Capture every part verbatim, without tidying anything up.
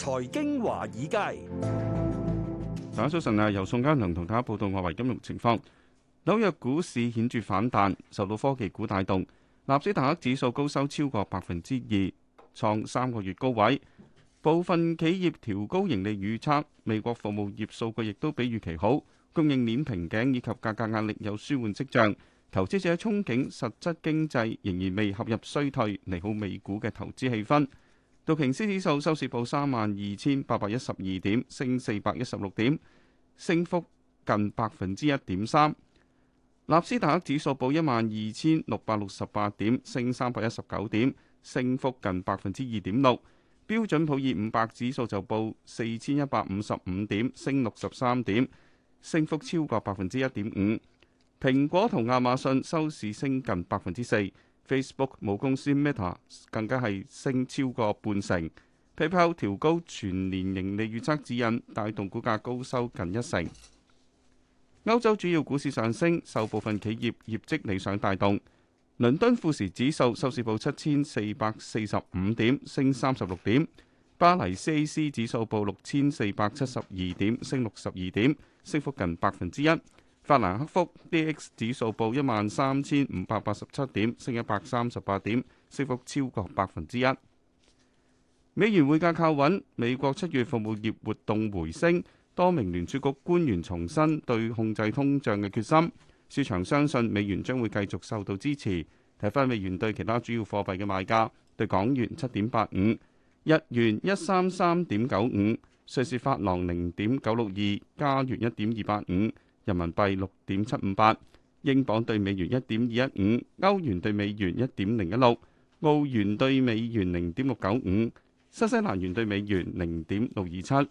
財經華爾街， 大家早晨啊！由宋嘉良同大家報道外圍金融情況。紐約股市顯著反彈，受到科技股帶動，納斯達克指數高收超過百分之二，創三個月高位。部分企業調高盈利預測，美國服務業數據亦都比預期好，供應鏈瓶頸以及價格壓力有舒緩跡象。投資者憧憬實質經濟仍然未陷入衰退，利好美股嘅投資氣氛。道瓊斯指數收市報三萬二千八百一十二點，升四百一十六點，升幅近百分之一點三。納斯達克指數報一萬二千六百六十八點，升三百一十九點，升幅近百分之二點六。標準普爾五百指數就報四千一百五十五點，升六十三點，升幅超過百分之一點五。蘋果同亞馬遜收市升近百分之四。Facebook 母公司 Meta 更加係升超過半成。PayPal 調高全年盈利預測指引，帶動股價高收近一成。歐洲主要股市上升，受部分企業業績理想帶動。倫敦富時指數收市報七千四百四十五點，升三十六點。巴黎 C A C 指數報六千四百七十二點，升六十二點，升幅近百分之一。法蘭克福 D X 指數報一萬三千五百八十七點，升一百三十八點，升幅超過百分之一。美元匯價靠穩，美國七月服務業活動回升，多名聯儲局官員重申對控制通脹嘅決心。市場相信美元將會繼續受到支持。睇返美元對其他主要貨幣嘅賣價，對港元七點八五，日元一三三點九五，瑞士法郎零點九六二，加元一點二八五。人民幣六點七五八，英鎊對美元一點二一五，歐元對美元一點零一六，澳元對美元零點六九五，新西蘭元對美元零點六二七。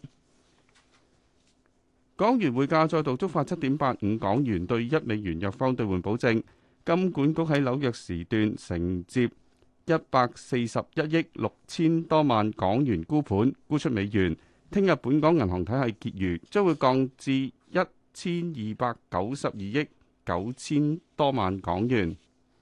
港元匯價再度觸發七點八五港元對一美元弱方兌換保證。金管局喺紐約時段承接一百四十一億六千多萬港元沽盤沽出美元。聽日本港銀行體系結餘將會降至一千二百九十二億九千多萬港元。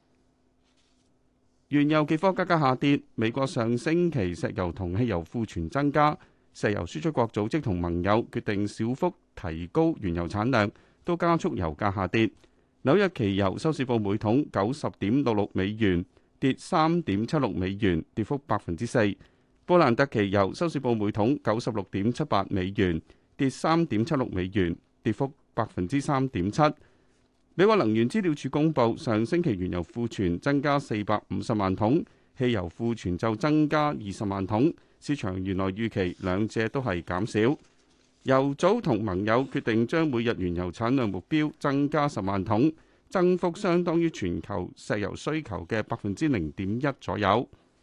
原油期貨價格下跌，美國上星期石油同汽油庫存增加，石油輸出國組織同盟友決定小幅提高原油產量，都加速油價下跌。紐約期油收市報每桶九十點六六美元，跌三點七六美元，跌幅百分之四。布蘭特期油收市報每桶九十六點七八美元，跌三點七六美元，跌幅百分之三點七。美國能源資料處公布，上星期原油庫存增加四百五十萬桶，汽油庫存就增加二十萬桶。市場原來預期兩者都係減少。油組同盟友決定將每日原油產量目標增加十萬桶，增幅相當於全球石油需求嘅百分之零點一左右。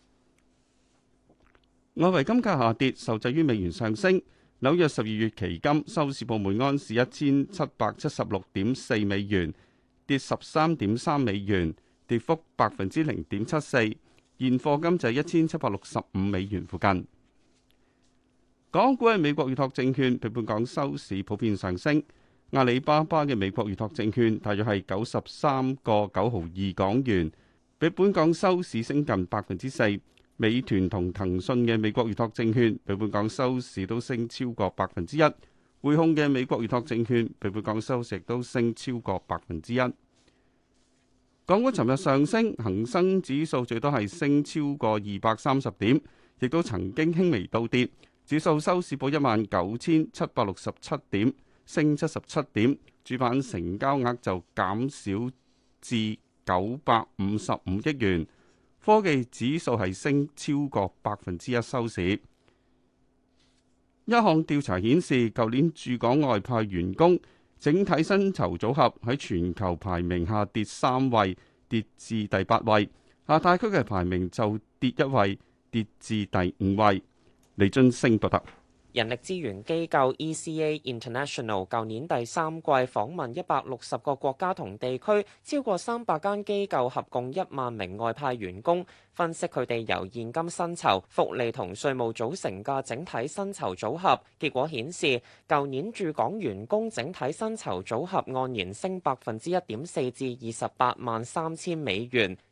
外圍金價下跌，受制於美元上升。紐約十二月期金收市報每安士一千七百七十六點四美元，跌十三點三美元，跌幅百分之零點七四。現貨金就係一千七百六十五美元附近。港股嘅美國預託證券，比本港收市普遍上升。阿里巴巴嘅美國預託證券大約係九十三個九毫二港元，比本港收市升近百分之四。美團同騰訊嘅美國預託證券比本港收市都升超過百分之一，匯控嘅美國預託證券比本港收市都升超過百分之一。港股尋日上升，恒生指數最多係升超過二百三十點，亦都曾經輕微倒跌，指數收市報一萬九千七百六十七點，升七十七點，主板成交額就減少至九百五十五億元。科技指數係升超過百分之一收市。一項調查顯示，舊年駐港外派員工整體薪酬組合喺全球排名下跌三位，跌至第八位。亞太區嘅排名就跌一位，跌至第五位。李津升報道。 人力資源機構 E C A International 舊年第三季訪問一百六十個國家同地區，超過三百間機構，合共一萬名外派員工，分析佢哋由現金薪酬、福利同稅務組成嘅整體薪酬組合。結果顯示，舊年駐港員工整體薪酬組合按年升百分之一點四至二十八萬三千美元。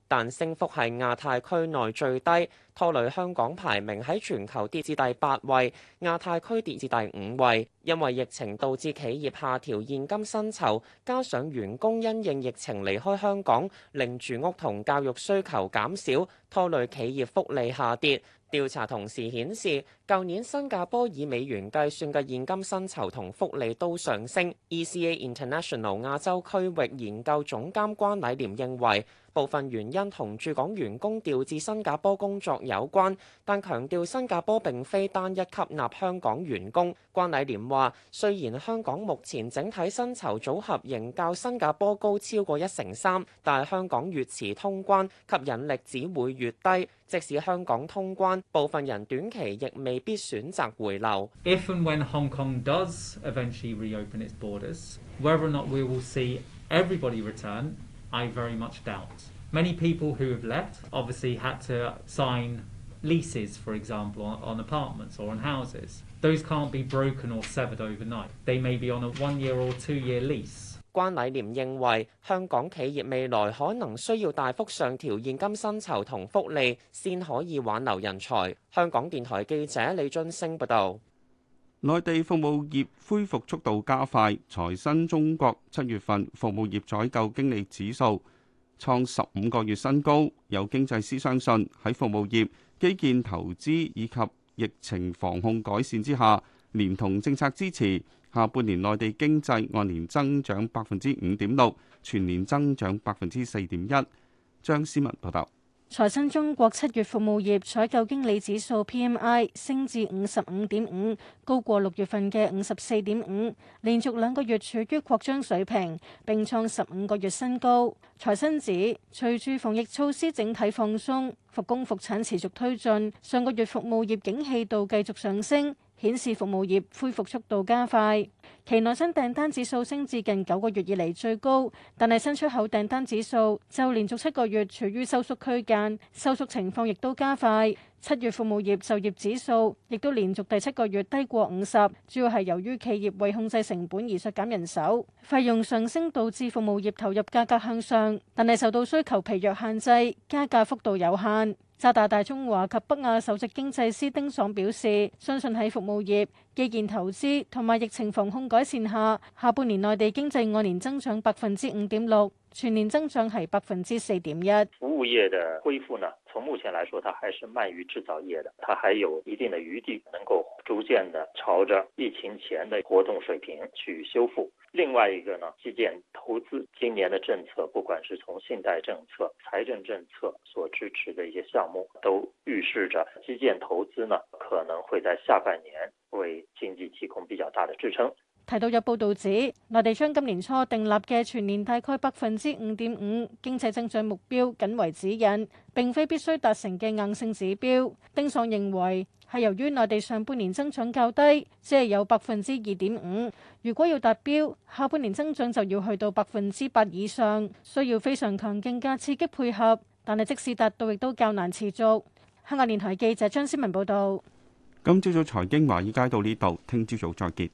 但升幅係亞太區內最低，拖累香港排名喺全球跌至第八位，亞太區跌至第五位。因為疫情導致企業下調現金薪酬，加上員工因應疫情離開香港，令住屋同教育需求減少，拖累企業福利下跌。調查同時顯示，舊年新加坡以美元計算嘅現金薪酬同福利都上升。E C A International 亞洲區域研究總監關禮廉認為，部分原因同駐港員工調至新加坡工作有關，但強調新加坡並非單一吸納香港員工。關禮廉話：雖然香港目前整體薪酬組合仍較新加坡高超過一成三，但係香港越遲通關，吸引力只會越低。即使香港通關，部分人短期亦未必選擇回流。 If and when Hong Kong does eventually reopen its borders, whether or not we will see everybody return, I very much doubt. Many people who have left obviously had to sign leases, for example, on, on apartments or on houses. Those can't be broken or severed overnight. They may be on a one-year or two-year lease. 關禮廉認為，香港企業未來可能需要大幅上調現金薪酬同福利，先可以挽留人才。香港電台記者李津升報導。 內地服務業恢復速度加快，財新中國七月份服務業採購經理指數創十五個月新高。有經濟師相信，喺服務業、基建投資以及疫情防控改善之下，連同政策支持，下半年內地經濟按年增長百分之五點六，全年增長百分之四點一。張思文報道。 財新中國七月服務業採購經理指數 P M I 升至五十五點五，高過六月份嘅五十四點五，連續兩個月處於擴張水平，並創十五個月新高。財新指，隨住防疫措施整體放鬆，復工復產持續推進，上個月服務業景氣度繼續上升，顯示服務業恢復速度加快。期內新訂單指數升至近九個月以嚟最高，但係新出口訂單指數就連續七個月處於收縮區間，收縮情況亦都加快。七月服務業就業指數亦都連續第七個月低過五十，主要係由於企業為控制成本而削減人手，費用上升導致服務業投入價格向上，但係受到需求疲弱限制，加價幅度有限。渣打大中華及北亞首席經濟師丁爽表示，相信喺服務業、基建投資同埋疫情防控改善下，下半年內地經濟按年增長百分之五點六，全年增長係百分之四點一。 服務業的恢復呢，從目前來說，它還是慢於製造業的，它還有一定的餘地，能夠逐漸的朝着疫情前的活動水平去修復。另外一個呢，基建投資今年的政策，不管是從信貸政策、財政政策所支持的一些項目，都預示着基建投資呢可能會在下半年為經濟提供比較大的支撐。 提到有報道指，內地將今年初訂立嘅全年大概百分之五點五經濟增長目標僅為指引，並非必須達成嘅硬性指標。丁爽認為係由於內地上半年增長較低，只係有百分之二點五，如果要達標，下半年增長就要去到百分之八以上，需要非常強勁嘅刺激配合。但係即使達到，亦都較難持續。香港電台記者張思文報道。 今朝早財經華爾街到呢度，聽朝早再見。